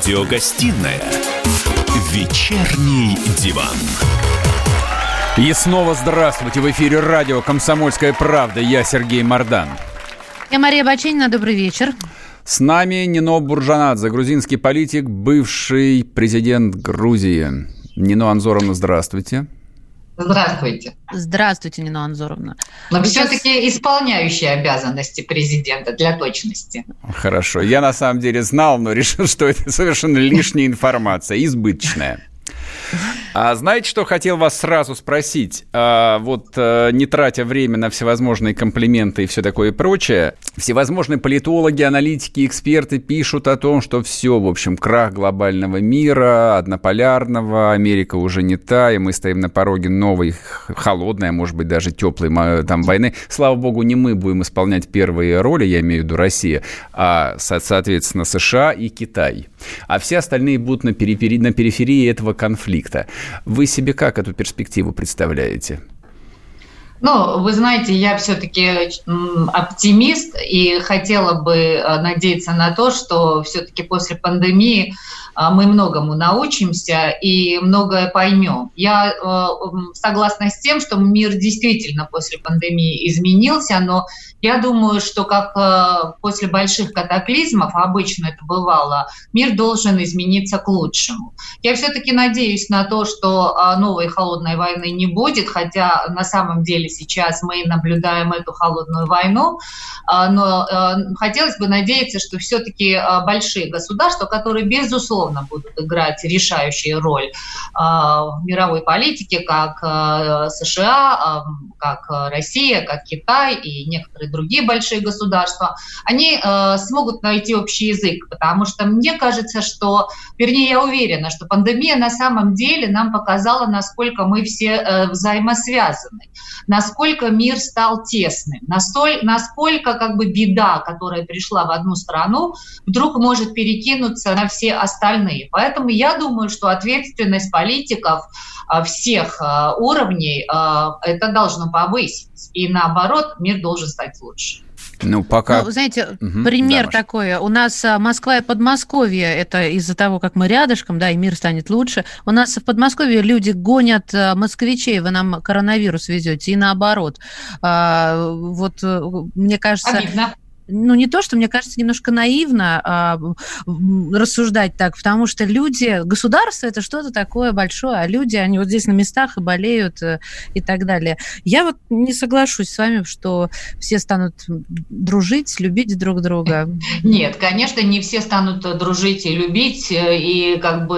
Радиогостинная «Вечерний диван». И снова здравствуйте. В эфире радио «Комсомольская правда». Я Сергей Мордан. Я Мария Баченина. Добрый вечер. С нами Нино Буржанадзе, грузинский политик, бывший президент Грузии. Нино Анзоровна, здравствуйте. Здравствуйте. Здравствуйте, Нино Анзоровна. Но все-таки исполняющая обязанности президента для точности. Хорошо. Я на самом деле знал, но решил, что это совершенно лишняя информация, избыточная. А знаете, что хотел вас сразу спросить? Не тратя время на всевозможные комплименты и все такое прочее, всевозможные политологи, аналитики, эксперты пишут о том, что все, в общем, крах глобального мира, однополярного, Америка уже не та, и мы стоим на пороге новой, холодной, а может быть даже теплой там войны. Слава богу, не мы будем исполнять первые роли, я имею в виду Россия, а, соответственно, США и Китай. А все остальные будут на периферии этого конфликта. Вы себе как эту перспективу представляете? Вы знаете, я все-таки оптимист и хотела бы надеяться на то, что все-таки после пандемии мы многому научимся и многое поймем. Я согласна с тем, что мир действительно после пандемии изменился, но я думаю, что как после больших катаклизмов, обычно это бывало, мир должен измениться к лучшему. Я все-таки надеюсь на то, что новой холодной войны не будет, хотя на самом деле сейчас мы наблюдаем эту холодную войну, но хотелось бы надеяться, что все-таки большие государства, которые, безусловно, будут играть решающую роль в мировой политике, как США, как Россия, как Китай и некоторые другие большие государства, они смогут найти общий язык, потому что мне кажется, я уверена, что пандемия на самом деле нам показала, насколько мы все взаимосвязаны, насколько мир стал тесным, насколько беда, которая пришла в одну страну, вдруг может перекинуться на все остальные. Поэтому я думаю, что ответственность политиков всех уровней это должно повысить. И наоборот, мир должен стать лучше. Знаете, пример такой. У нас Москва и Подмосковье, это из-за того, как мы рядышком, да, и мир станет лучше. У нас в Подмосковье люди гонят москвичей, вы нам коронавирус везете, и наоборот. Мне кажется... Обидно. Не то, что, мне кажется, немножко наивно рассуждать так, потому что государство – это что-то такое большое, а люди, они вот здесь на местах и болеют и так далее. Я не соглашусь с вами, что все станут дружить, любить друг друга. Нет, конечно, не все станут дружить и любить, и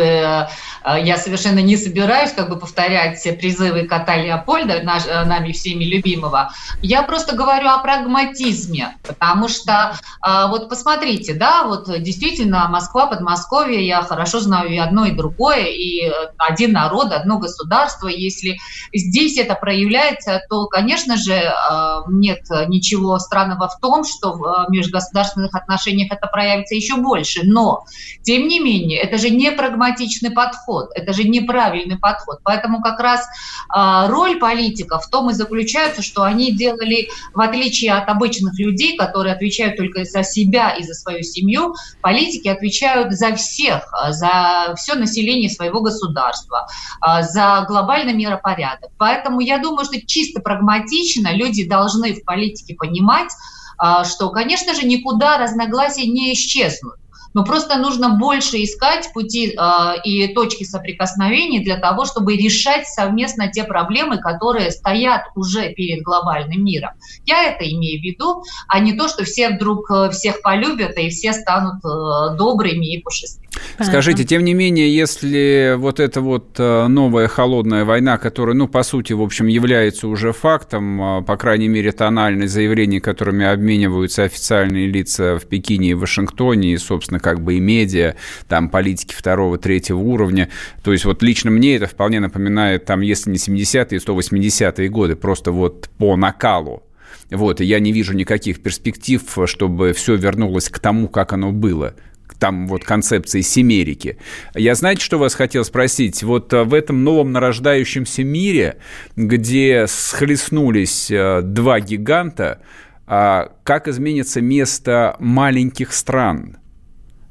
я совершенно не собираюсь повторять призывы кота Леопольда, нами всеми любимого. Я просто говорю о прагматизме, потому что посмотрите, действительно, Москва, Подмосковье, я хорошо знаю и одно, и другое, и один народ, одно государство. Если здесь это проявляется, то, конечно же, нет ничего странного в том, что в межгосударственных отношениях это проявится еще больше. Но, тем не менее, это же не прагматичный подход, это же неправильный подход. Поэтому как раз роль политиков в том и заключается, что они делали, в отличие от обычных людей, которые отвечают только за себя и за свою семью, политики отвечают за всех, за все население своего государства, за глобальный миропорядок. Поэтому я думаю, что чисто прагматично люди должны в политике понимать, что, конечно же, никуда разногласия не исчезнут. Но просто нужно больше искать пути и точки соприкосновения для того, чтобы решать совместно те проблемы, которые стоят уже перед глобальным миром. Я это имею в виду, а не то, что все вдруг всех полюбят и все станут добрыми и пушистыми. Скажите, тем не менее, если эта новая холодная война, которая, по сути, в общем, является уже фактом, по крайней мере, тональные заявления, которыми обмениваются официальные лица в Пекине и Вашингтоне, и, собственно, и медиа, там, политики второго, третьего уровня. То есть лично мне это вполне напоминает, если не 70-е, 180-е годы, просто по накалу. И я не вижу никаких перспектив, чтобы все вернулось к тому, как оно было. Там концепции семерики. Я, знаете, что вас хотел спросить? В этом новом нарождающемся мире, где схлестнулись два гиганта, как изменится место маленьких стран?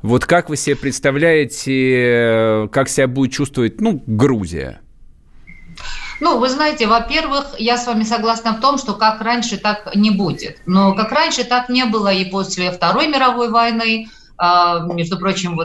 Вот как вы себе представляете, как себя будет чувствовать, Грузия? Вы знаете, во-первых, я с вами согласна в том, что как раньше, так не будет. Но как раньше, так не было и после Второй мировой войны. Между прочим,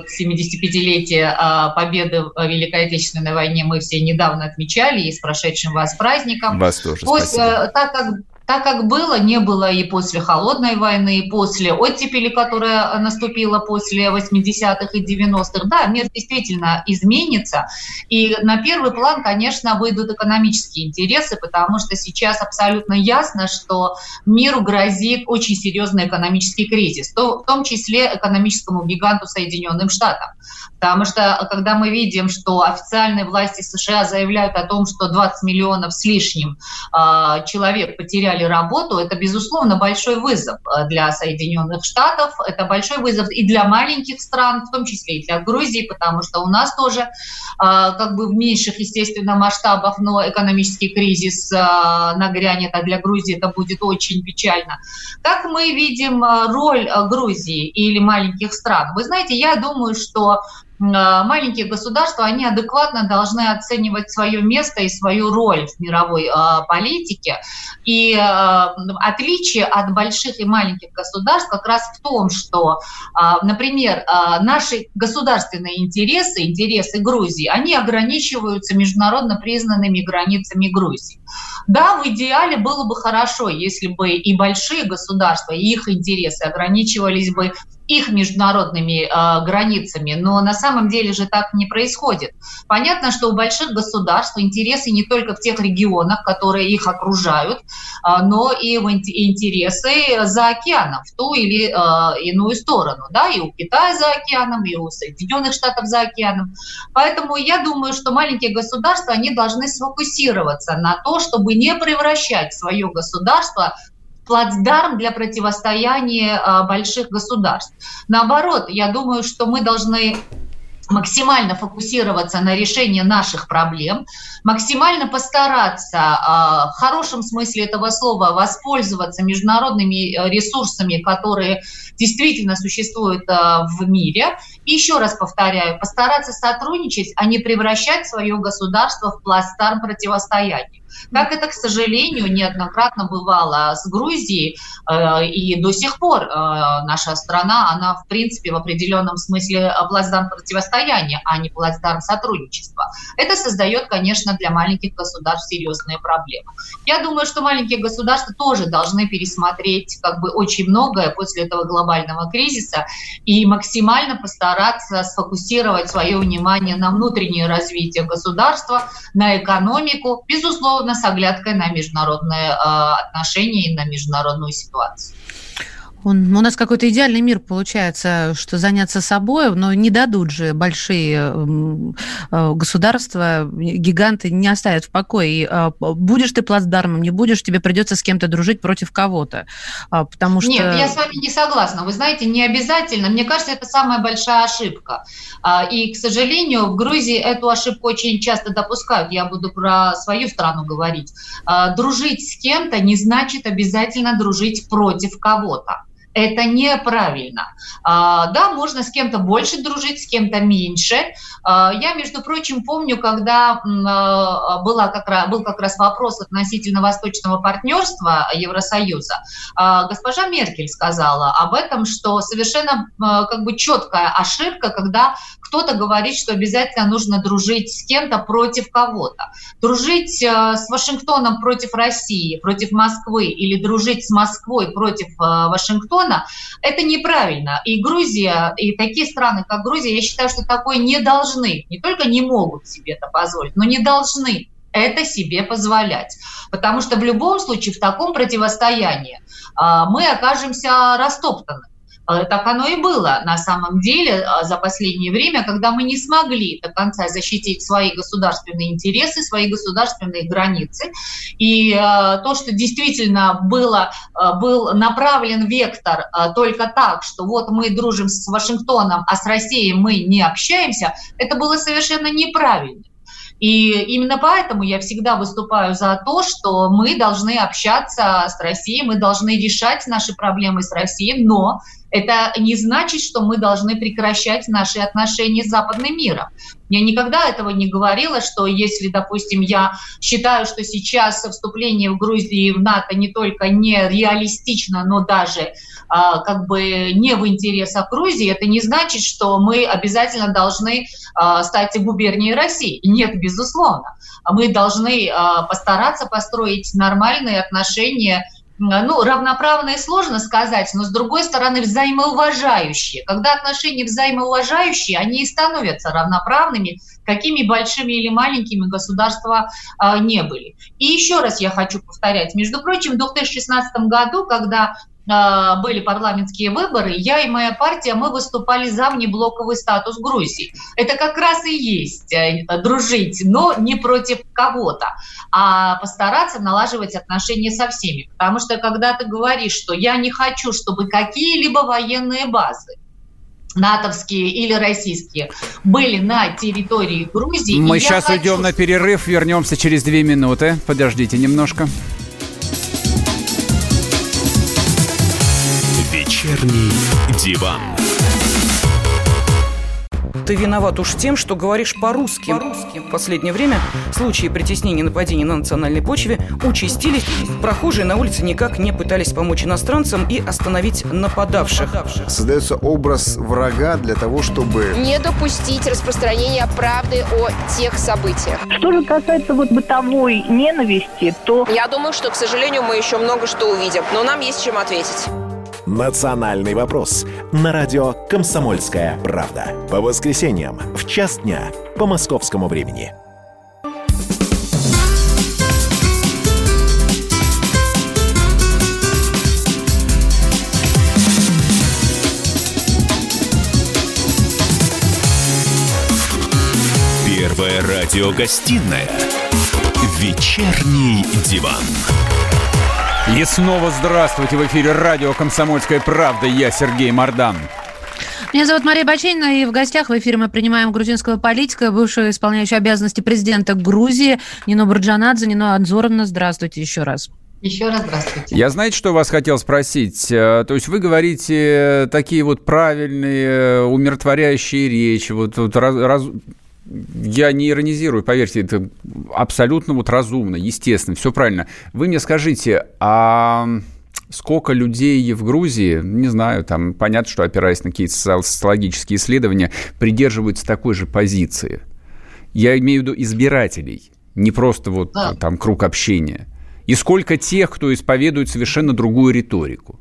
75-летие победы в Великой Отечественной войне мы все недавно отмечали, и с прошедшим вас праздником. Вас тоже, спасибо. Так как было, не было и после Холодной войны, и после оттепели, которая наступила после 80-х и 90-х. Да, мир действительно изменится. И на первый план, конечно, выйдут экономические интересы, потому что сейчас абсолютно ясно, что миру грозит очень серьезный экономический кризис, в том числе экономическому гиганту Соединенным Штатам. Потому что, когда мы видим, что официальные власти США заявляют о том, что 20 миллионов с лишним человек потеряли работу, это, безусловно, большой вызов для Соединенных Штатов, это большой вызов и для маленьких стран, в том числе и для Грузии, потому что у нас тоже в меньших, естественно, масштабах, но экономический кризис нагрянет, а для Грузии это будет очень печально. Как мы видим роль Грузии или маленьких стран? Вы знаете, я думаю, что маленькие государства, они адекватно должны оценивать свое место и свою роль в мировой политике. И отличие от больших и маленьких государств как раз в том, что, например, наши государственные интересы Грузии, они ограничиваются международно признанными границами Грузии. Да, в идеале было бы хорошо, если бы и большие государства, и их интересы ограничивались бы их международными границами, но на самом деле же так не происходит. Понятно, что у больших государств интересы не только в тех регионах, которые их окружают, но и в интересы за океаном, в ту или иную сторону. Да? И у Китая за океаном, и у Соединенных Штатов за океаном. Поэтому я думаю, что маленькие государства, они должны сфокусироваться на то, чтобы не превращать свое государство плацдарм для противостояния больших государств. Наоборот, я думаю, что мы должны максимально фокусироваться на решении наших проблем, максимально постараться, в хорошем смысле этого слова, воспользоваться международными ресурсами, которые действительно существуют в мире. И еще раз повторяю, постараться сотрудничать, а не превращать свое государство в плацдарм противостояния. Как это, к сожалению, неоднократно бывало с Грузией, и до сих пор наша страна, она, в принципе, в определенном смысле плацдарм противостояния, а не плацдарм сотрудничества. Это создает, конечно, для маленьких государств серьезные проблемы. Я думаю, что маленькие государства тоже должны пересмотреть очень многое после этого глобального кризиса и максимально постараться сфокусировать свое внимание на внутреннее развитие государства, на экономику, безусловно, с оглядкой на международные отношения и на международную ситуацию. У нас какой-то идеальный мир получается, что заняться собой, но не дадут же большие государства, гиганты не оставят в покое. И будешь ты плацдармом, не будешь, тебе придется с кем-то дружить против кого-то. Потому что... Нет, я с вами не согласна. Вы знаете, не обязательно. Мне кажется, это самая большая ошибка. И, к сожалению, в Грузии эту ошибку очень часто допускают. Я буду про свою страну говорить. Дружить с кем-то не значит обязательно дружить против кого-то. Это неправильно. Да, можно с кем-то больше дружить, с кем-то меньше. Я, между прочим, помню, когда был как раз вопрос относительно восточного партнерства Евросоюза, госпожа Меркель сказала об этом, что совершенно четкая ошибка, когда кто-то говорит, что обязательно нужно дружить с кем-то против кого-то. Дружить с Вашингтоном против России, против Москвы, или дружить с Москвой против Вашингтона, это неправильно. И Грузия, и такие страны, как Грузия, я считаю, что такое не должны, не только не могут себе это позволить, но не должны это себе позволять. Потому что в любом случае в таком противостоянии мы окажемся растоптаны. Так оно и было на самом деле за последнее время, когда мы не смогли до конца защитить свои государственные интересы, свои государственные границы. И то, что действительно был направлен вектор только так, что вот мы дружим с Вашингтоном, а с Россией мы не общаемся, это было совершенно неправильно. И именно поэтому я всегда выступаю за то, что мы должны общаться с Россией, мы должны решать наши проблемы с Россией, но это не значит, что мы должны прекращать наши отношения с западным миром. Я никогда этого не говорила, что если, допустим, я считаю, что сейчас вступление в Грузии в НАТО не только не реалистично, но даже не в интересах Грузии, это не значит, что мы обязательно должны стать губернией России. Нет, безусловно. Мы должны постараться построить нормальные отношения. Равноправные сложно сказать, но, с другой стороны, взаимоуважающие. Когда отношения взаимоуважающие, они и становятся равноправными, какими большими или маленькими государства не были. И еще раз я хочу повторять. Между прочим, в 2016 году, когда были парламентские выборы, я и моя партия, мы выступали за внеблоковый статус Грузии. Это как раз и есть дружить, но не против кого-то, а постараться налаживать отношения со всеми. Потому что когда ты говоришь, что я не хочу, чтобы какие-либо военные базы, натовские или российские, были на территории Грузии... Мы сейчас уйдем на перерыв, вернемся через 2 минуты. Подождите немножко. Вечерний диван. Ты виноват уж тем, что говоришь по-русски. В последнее время случаи притеснения и нападений на национальной почве участились. Прохожие на улице никак не пытались помочь иностранцам и остановить нападавших. Создается образ врага для того, чтобы не допустить распространения правды о тех событиях. Что же касается бытовой ненависти, то... Я думаю, что, к сожалению, мы еще много что увидим, но нам есть чем ответить. «Национальный вопрос» на радио «Комсомольская правда». По воскресеньям в 1:00 дня по московскому времени. Первая радиогостинная «Вечерний диван». И снова здравствуйте, в эфире радио «Комсомольская правда». Я Сергей Мордан. Меня зовут Мария Баченина, и в гостях в эфире мы принимаем грузинского политика, бывшего исполняющего обязанности президента Грузии Нино Бурджанадзе. Нино Анзоровна, здравствуйте еще раз. Еще раз здравствуйте. Я, знаете, что вас хотел спросить? То есть вы говорите такие вот правильные, умиротворяющие речи, Я не иронизирую, поверьте, это абсолютно разумно, естественно, все правильно. Вы мне скажите, а сколько людей в Грузии, не знаю, там понятно, что опираясь на какие-то социологические исследования, придерживаются такой же позиции? Я имею в виду избирателей, не просто там круг общения. И сколько тех, кто исповедует совершенно другую риторику?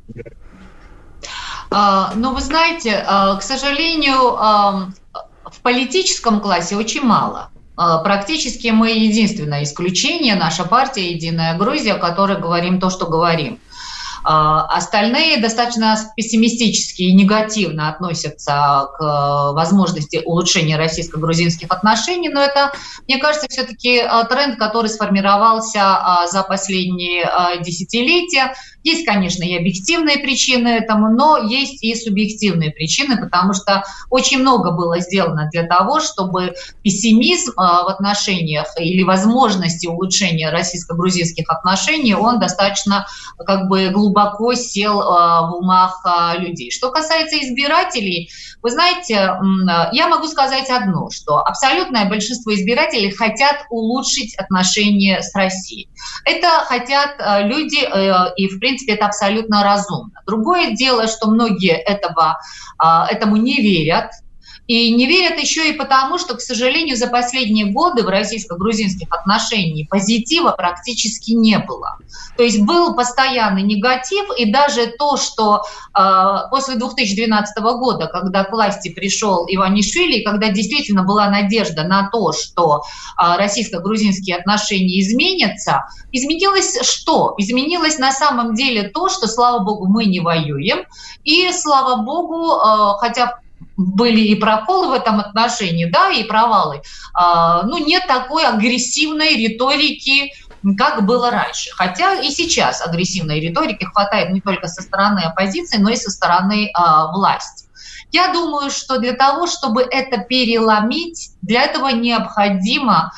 Вы знаете, к сожалению... В политическом классе очень мало. Практически мы единственное исключение, наша партия «Единая Грузия», о которой говорим то, что говорим. Остальные достаточно пессимистически и негативно относятся к возможности улучшения российско-грузинских отношений, но это, мне кажется, все-таки тренд, который сформировался за последние десятилетия. Есть, конечно, и объективные причины этому, но есть и субъективные причины, потому что очень много было сделано для того, чтобы пессимизм в отношениях или возможности улучшения российско-грузинских отношений, он достаточно глубоко сел в умах людей. Что касается избирателей, вы знаете, я могу сказать одно, что абсолютное большинство избирателей хотят улучшить отношения с Россией. Это хотят люди, и, в принципе, это абсолютно разумно. Другое дело, что многие этому не верят. И не верят еще и потому, что, к сожалению, за последние годы в российско-грузинских отношениях позитива практически не было. То есть был постоянный негатив, и даже то, что после 2012 года, когда к власти пришел Иванишвили, когда действительно была надежда на то, что российско-грузинские отношения изменятся, изменилось что? Изменилось на самом деле то, что, слава богу, мы не воюем, и, слава богу, хотя были и проколы в этом отношении, да, и провалы, нет такой агрессивной риторики, как было раньше. Хотя и сейчас агрессивной риторики хватает не только со стороны оппозиции, но и со стороны власти. Я думаю, что для того, чтобы это переломить, Для этого необходимо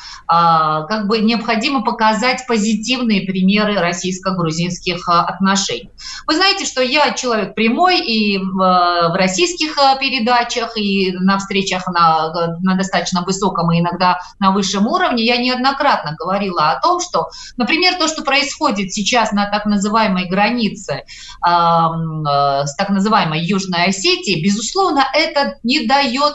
показать позитивные примеры российско-грузинских отношений. Вы знаете, что я человек прямой и в российских передачах, и на встречах на достаточно высоком и иногда на высшем уровне я неоднократно говорила о том, что, например, то, что происходит сейчас на так называемой границе с так называемой Южной Осетией, безусловно, это не дает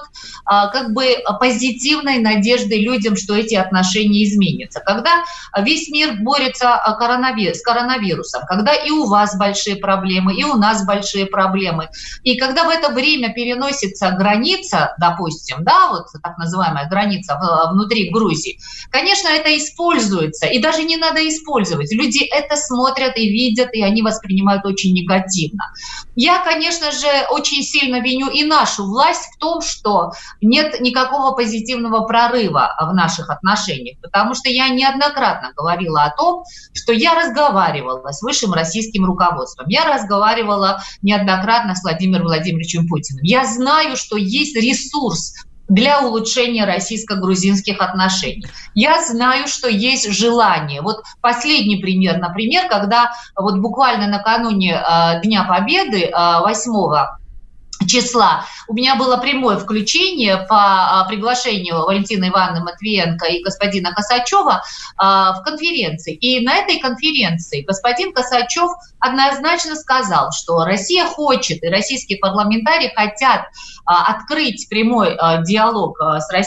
позитивной надежды людям, что эти отношения изменятся. Когда весь мир борется с коронавирусом, когда и у вас большие проблемы, и у нас большие проблемы, и когда в это время переносится граница, допустим, так называемая граница внутри Грузии, конечно, это используется, и даже не надо использовать. Люди это смотрят и видят, и они воспринимают очень негативно. Я, конечно же, очень сильно виню и нашу власть в том, что нет никакого позитивного прорыва в наших отношениях, потому что я неоднократно говорила о том, что я разговаривала с высшим российским руководством, я разговаривала неоднократно с Владимиром Владимировичем Путиным. Я знаю, что есть ресурс для улучшения российско-грузинских отношений. Я знаю, что есть желание. Вот последний пример, например, когда вот буквально накануне Дня Победы, 8 числа, у меня было прямое включение по приглашению Валентины Ивановны Матвиенко и господина Косачева в конференции. И на этой конференции господин Косачев однозначно сказал, что Россия хочет, и российские парламентарии хотят открыть прямой диалог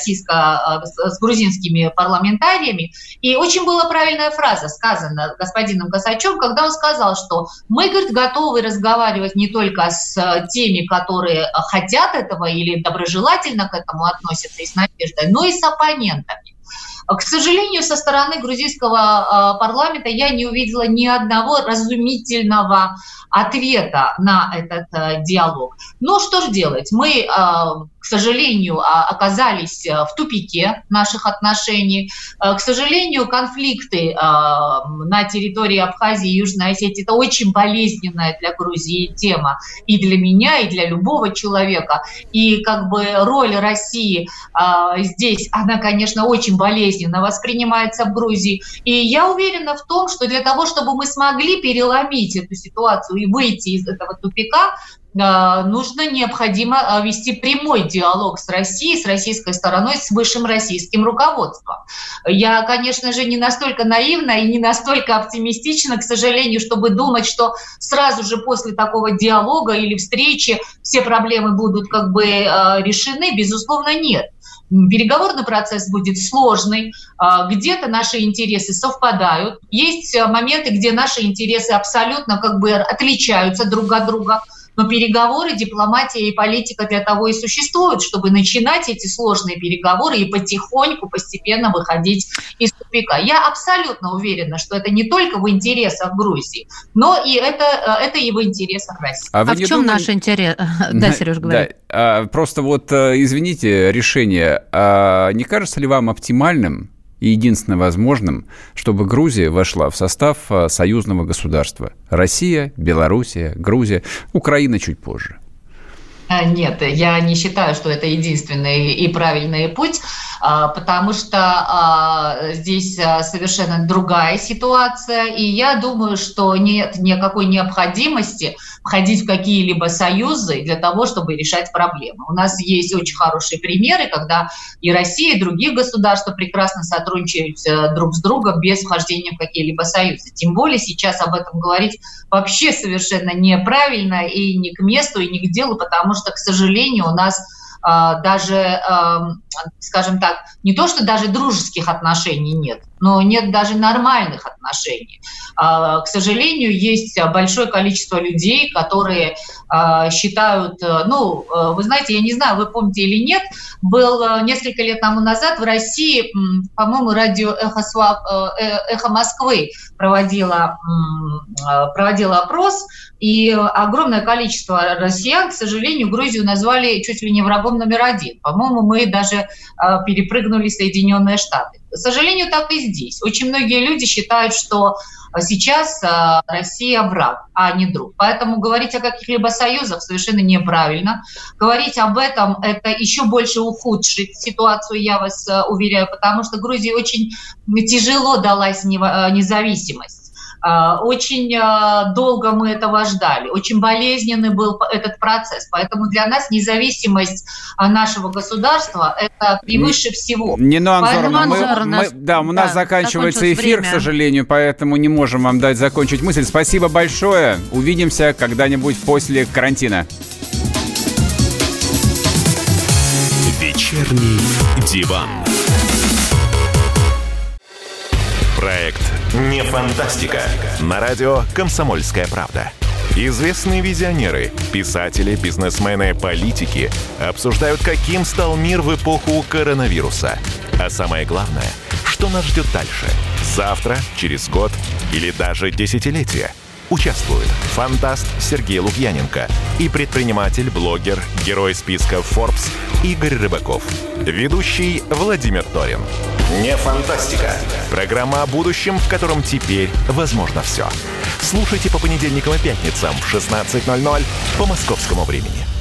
с грузинскими парламентариями. И очень была правильная фраза сказана господином Косачевым, когда он сказал, что мы, говорит, готовы разговаривать не только с теми, которые хотят этого или доброжелательно к этому относятся и с надеждой, но и с оппонентами. К сожалению, со стороны грузинского парламента я не увидела ни одного разумительного ответа на этот диалог. Но что же делать? Мы, к сожалению, оказались в тупике наших отношений. К сожалению, конфликты на территории Абхазии и Южной Осетии – это очень болезненная для Грузии тема и для меня, и для любого человека. И роль России здесь, она, конечно, очень болезненно воспринимается в Грузии. И я уверена в том, что для того, чтобы мы смогли переломить эту ситуацию и выйти из этого тупика, необходимо вести прямой диалог с Россией, с российской стороной, с высшим российским руководством. Я, конечно же, не настолько наивна и не настолько оптимистична, к сожалению, чтобы думать, что сразу же после такого диалога или встречи все проблемы будут решены. Безусловно, нет. Переговорный процесс будет сложный, где-то наши интересы совпадают, есть моменты, где наши интересы абсолютно отличаются друг от друга, но переговоры, дипломатия и политика для того и существуют, чтобы начинать эти сложные переговоры и потихоньку, постепенно выходить из тупика. Я абсолютно уверена, что это не только в интересах Грузии, но и это и в интересах России. А в чем наш интерес? Да, Сереж, говори. Просто извините, решение. Не кажется ли вам оптимальным и единственно возможным, чтобы Грузия вошла в состав союзного государства? Россия, Белоруссия, Грузия, Украина чуть позже. Нет, я не считаю, что это единственный и правильный путь, потому что здесь совершенно другая ситуация, и я думаю, что нет никакой необходимости входить в какие-либо союзы для того, чтобы решать проблемы. У нас есть очень хорошие примеры, когда и Россия, и другие государства прекрасно сотрудничают друг с другом без вхождения в какие-либо союзы. Тем более сейчас об этом говорить вообще совершенно неправильно и не к месту, и не к делу, потому что, к сожалению, у нас даже, скажем так, не то, что даже дружеских отношений нет, но нет даже нормальных отношений. К сожалению, есть большое количество людей, которые считают, вы знаете, я не знаю, вы помните или нет, был несколько лет тому назад в России, по-моему, радио «Эхо Москвы» проводила опрос, и огромное количество россиян, к сожалению, Грузию назвали чуть ли не врагом номер один. По-моему, мы даже перепрыгнули Соединенные Штаты. К сожалению, так и здесь. Очень многие люди считают, что Сейчас Россия враг, а не друг. Поэтому говорить о каких-либо союзах совершенно неправильно. Говорить об этом – это еще больше ухудшит ситуацию, я вас уверяю, потому что Грузии очень тяжело далась независимость. Очень долго мы этого ждали, очень болезненный был этот процесс, поэтому для нас независимость нашего государства – это превыше всего. Нина Анзоровна, у нас заканчивается эфир, время. К сожалению, поэтому не можем вам дать закончить мысль. Спасибо большое, увидимся когда-нибудь после карантина. Вечерний диван. Проект «Не фантастика» на радио «Комсомольская правда». Известные визионеры, писатели, бизнесмены, политики обсуждают, каким стал мир в эпоху коронавируса. А самое главное, что нас ждет дальше? Завтра, через год или даже десятилетие? Участвуют фантаст Сергей Лукьяненко и предприниматель, блогер, герой списка Forbes Игорь Рыбаков. Ведущий Владимир Торин. «Не фантастика». Программа о будущем, в котором теперь возможно все. Слушайте по понедельникам и пятницам в 16:00 по московскому времени.